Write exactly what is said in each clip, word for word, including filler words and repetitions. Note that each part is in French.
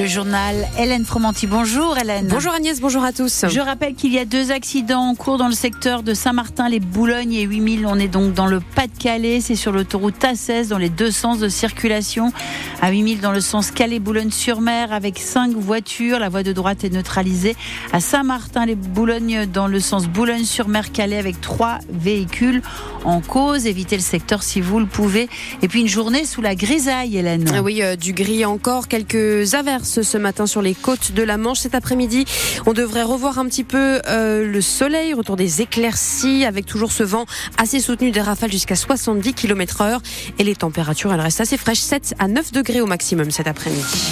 journal. Hélène Fromanti, bonjour Hélène. Bonjour Agnès, bonjour à tous. Je rappelle qu'il y a deux accidents en cours dans le secteur de Saint-Martin-les-Boulognes et huit mille. On est donc dans le Pas-de-Calais, c'est sur l'autoroute A seize dans les deux sens de circulation. À huit mille dans le sens Calais-Boulogne-sur-Mer avec cinq voitures. La voie de droite est neutralisée. À Saint-Martin-les-Boulognes dans le sens Boulogne-sur-Mer-Calais avec trois véhicules en cause. Évitez le secteur si vous le pouvez. Et puis une journée sous la grisaille, Hélène. Ah oui, euh, du gris encore. Quelques averses ce matin sur les côtes de la Manche. Cet après-midi, on devrait revoir un petit peu euh, le soleil, retour des éclaircies avec toujours ce vent assez soutenu, des rafales jusqu'à soixante-dix kilomètres heure. Et les températures, elles restent assez fraîches, sept à neuf degrés au maximum cet après-midi.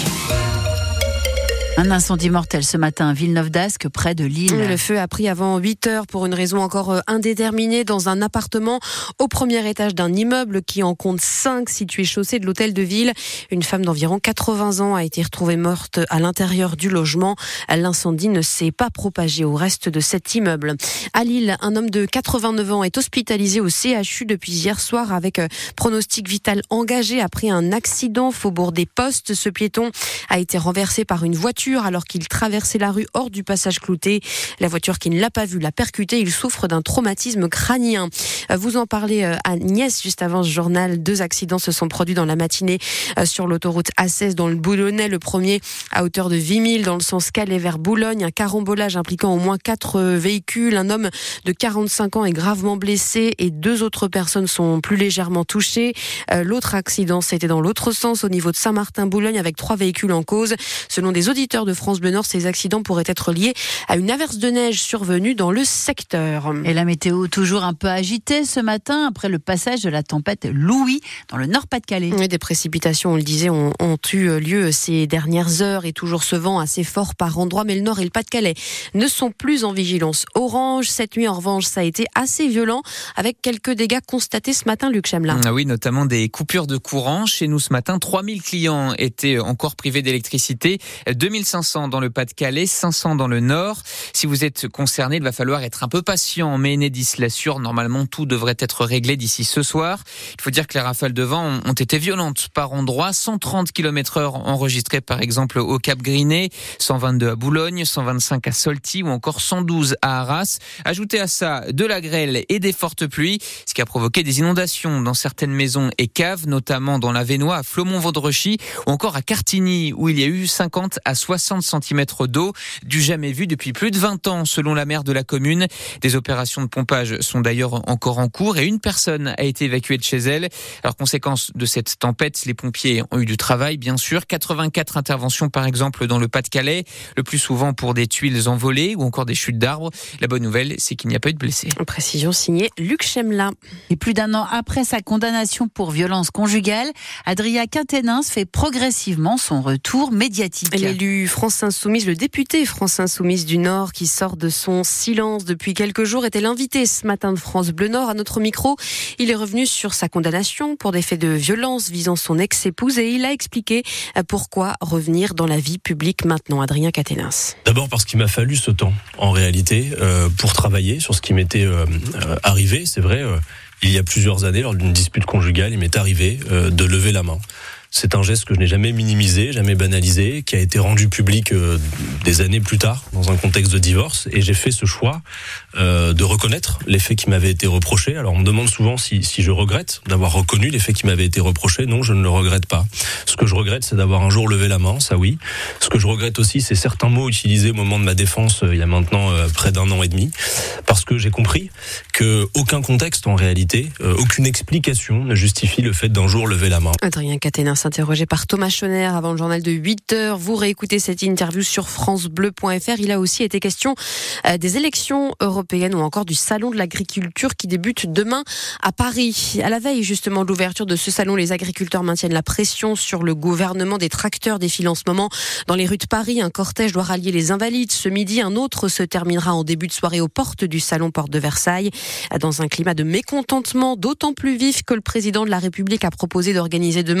Un incendie mortel ce matin à Villeneuve-d'Ascq, près de Lille. Le feu a pris avant huit heures pour une raison encore indéterminée dans un appartement au premier étage d'un immeuble qui en compte cinq situé chaussée de l'hôtel de ville. Une femme d'environ quatre-vingts ans a été retrouvée morte à l'intérieur du logement. L'incendie ne s'est pas propagé au reste de cet immeuble. À Lille, un homme de quatre-vingt-neuf ans est hospitalisé au C H U depuis hier soir avec pronostic vital engagé après un accident faubourg des Postes. Ce piéton a été renversé par une voiture alors qu'il traversait la rue hors du passage Clouté. La voiture qui ne l'a pas vu l'a percuté. Il souffre d'un traumatisme crânien. Vous en parlez à Agnès juste avant ce journal. Deux accidents se sont produits dans la matinée sur l'autoroute A seize dans le Boulonnais. Le premier à hauteur de huit mille dans le sens Calais vers Boulogne. Un carambolage impliquant au moins quatre véhicules. Un homme de quarante-cinq ans est gravement blessé et deux autres personnes sont plus légèrement touchées. L'autre accident, c'était dans l'autre sens au niveau de Saint-Martin-Boulogne avec trois véhicules en cause. Selon des auditeurs de France Bleu Nord, ces accidents pourraient être liés à une averse de neige survenue dans le secteur. Et la météo toujours un peu agitée ce matin après le passage de la tempête Louis dans le Nord-Pas-de-Calais. Oui, des précipitations, on le disait, ont, ont eu lieu ces dernières heures et toujours ce vent assez fort par endroits. Mais le Nord et le Pas-de-Calais ne sont plus en vigilance orange. Cette nuit, en revanche, ça a été assez violent avec quelques dégâts constatés ce matin, Luc Chemelin. Ah oui, notamment des coupures de courant. Chez nous ce matin, trois mille clients étaient encore privés d'électricité. deux mille cinq cents dans le Pas-de-Calais, cinq cents dans le Nord. Si vous êtes concerné, il va falloir être un peu patient. Mais Enedis l'assure, normalement tout devrait être réglé d'ici ce soir. Il faut dire que les rafales de vent ont été violentes par endroits. cent trente kilomètres heure enregistrés par exemple au Cap-Griné, cent vingt-deux à Boulogne, cent vingt-cinq à Solty ou encore cent douze à Arras. Ajoutez à ça de la grêle et des fortes pluies, ce qui a provoqué des inondations dans certaines maisons et caves, notamment dans l'Avesnois, à Flaumont-Vaudrechy ou encore à Cartigny où il y a eu cinquante à soixante centimètres d'eau, du jamais vu depuis plus de vingt ans selon la maire de la commune. Des opérations de pompage sont d'ailleurs encore en cours et une personne a été évacuée de chez elle. Alors, conséquence de cette tempête, les pompiers ont eu du travail, bien sûr. quatre-vingt-quatre interventions, par exemple, dans le Pas-de-Calais, le plus souvent pour des tuiles envolées ou encore des chutes d'arbres. La bonne nouvelle, c'est qu'il n'y a pas eu de blessés. Précision signée Luc Chemelin. Et plus d'un an après sa condamnation pour violence conjugale, Adrien Quatennens fait progressivement son retour médiatique. L'élu France Insoumise, le député France Insoumise du Nord qui sort de son silence depuis quelques jours, était l'invité ce matin de France Bleu Nord. À notre micro, il est revenu sur sa condamnation pour des faits de violence visant son ex-épouse et il a expliqué pourquoi revenir dans la vie publique maintenant. Adrien Quatennens. D'abord parce qu'il m'a fallu ce temps, en réalité, euh, pour travailler sur ce qui m'était euh, euh, arrivé. C'est vrai, euh, il y a plusieurs années, lors d'une dispute conjugale, il m'est arrivé euh, de lever la main. C'est un geste que je n'ai jamais minimisé, jamais banalisé, qui a été rendu public euh, des années plus tard, dans un contexte de divorce. Et j'ai fait ce choix euh, de reconnaître les faits qui m'avaient été reprochés. Alors on me demande souvent si, si je regrette d'avoir reconnu les faits qui m'avaient été reprochés. Non, je ne le regrette pas. Ce que je regrette, c'est d'avoir un jour levé la main, ça oui. Ce que je regrette aussi, c'est certains mots utilisés au moment de ma défense, euh, il y a maintenant euh, près d'un an et demi. Parce que j'ai compris qu'aucun contexte, en réalité, euh, aucune explication ne justifie le fait d'un jour lever la main. Adrien Quatennens, interrogé par Thomas Schoner avant le journal de huit heures. Vous réécoutez cette interview sur francebleu point f r. Il a aussi été question euh, des élections européennes ou encore du salon de l'agriculture qui débute demain à Paris. À la veille justement de l'ouverture de ce salon, les agriculteurs maintiennent la pression sur le gouvernement. Des tracteurs défilent en ce moment dans les rues de Paris. Un cortège doit rallier les Invalides ce midi. Un autre se terminera en début de soirée aux portes du salon Porte de Versailles. Dans un climat de mécontentement d'autant plus vif que le président de la République a proposé d'organiser demain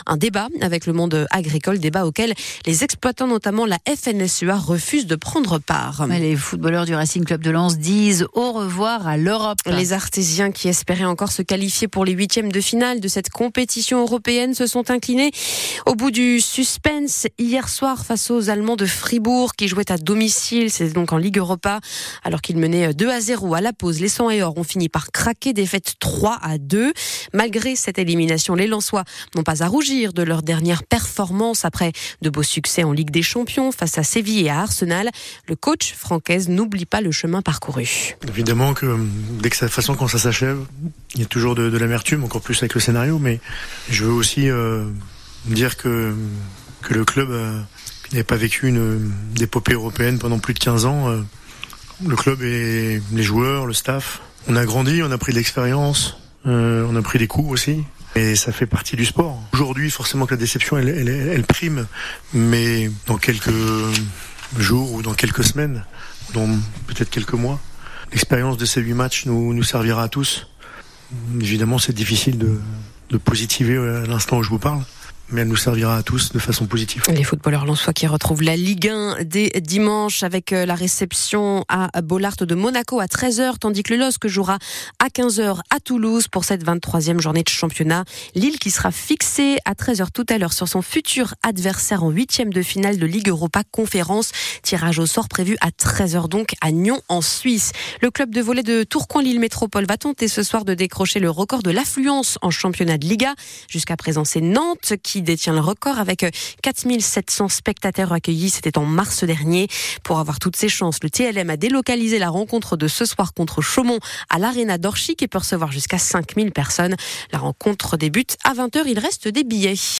Un débat avec le monde agricole, débat auquel les exploitants, notamment la F N S E A, refusent de prendre part. Les footballeurs du Racing Club de Lens disent au revoir à l'Europe. Les Artésiens qui espéraient encore se qualifier pour les huitièmes de finale de cette compétition européenne se sont inclinés au bout du suspense hier soir face aux Allemands de Fribourg qui jouaient à domicile. C'est donc en Ligue Europa. Alors qu'ils menaient deux à zéro à la pause, les Sang et Or ont fini par craquer, défaite trois à deux. Malgré cette élimination, les Lensois n'ont pas à rougir de leur dernière performance après de beaux succès en Ligue des Champions face à Séville et à Arsenal. Le coach Francaise n'oublie pas le chemin parcouru. Évidemment que dès que ça, de toute façon, quand ça s'achève, il y a toujours de, de l'amertume, encore plus avec le scénario, mais je veux aussi euh, dire que, que le club euh, n'avait pas vécu une, une épopée européenne pendant plus de quinze ans. Euh, le club et les joueurs, le staff, on a grandi, on a pris de l'expérience, euh, on a pris des coups aussi. Et ça fait partie du sport. Aujourd'hui, forcément que la déception, elle, elle, elle prime, mais dans quelques jours ou dans quelques semaines, dans peut-être quelques mois, l'expérience de ces huit matchs nous, nous servira à tous. Évidemment, c'est difficile de, de positiver à l'instant où je vous parle, mais elle nous servira à tous de façon positive. Les footballeurs lensois qui retrouvent la Ligue un dès dimanche avec la réception à Bollaert de Monaco à treize heures, tandis que le L O S C jouera à quinze heures à Toulouse pour cette vingt-troisième journée de championnat. Lille qui sera fixée à treize heures tout à l'heure sur son futur adversaire en huitième de finale de Ligue Europa Conférence. Tirage au sort prévu à treize heures donc à Nyon en Suisse. Le club de volley de Tourcoing Lille Métropole va tenter ce soir de décrocher le record de l'affluence en championnat de Liga. Jusqu'à présent, c'est Nantes qui détient le record avec quatre mille sept cents spectateurs accueillis. C'était en mars dernier. Pour avoir toutes ses chances, le T L M a délocalisé la rencontre de ce soir contre Chaumont à l'Arena d'Orchy qui peut recevoir jusqu'à cinq mille personnes. La rencontre débute à vingt heures. Il reste des billets.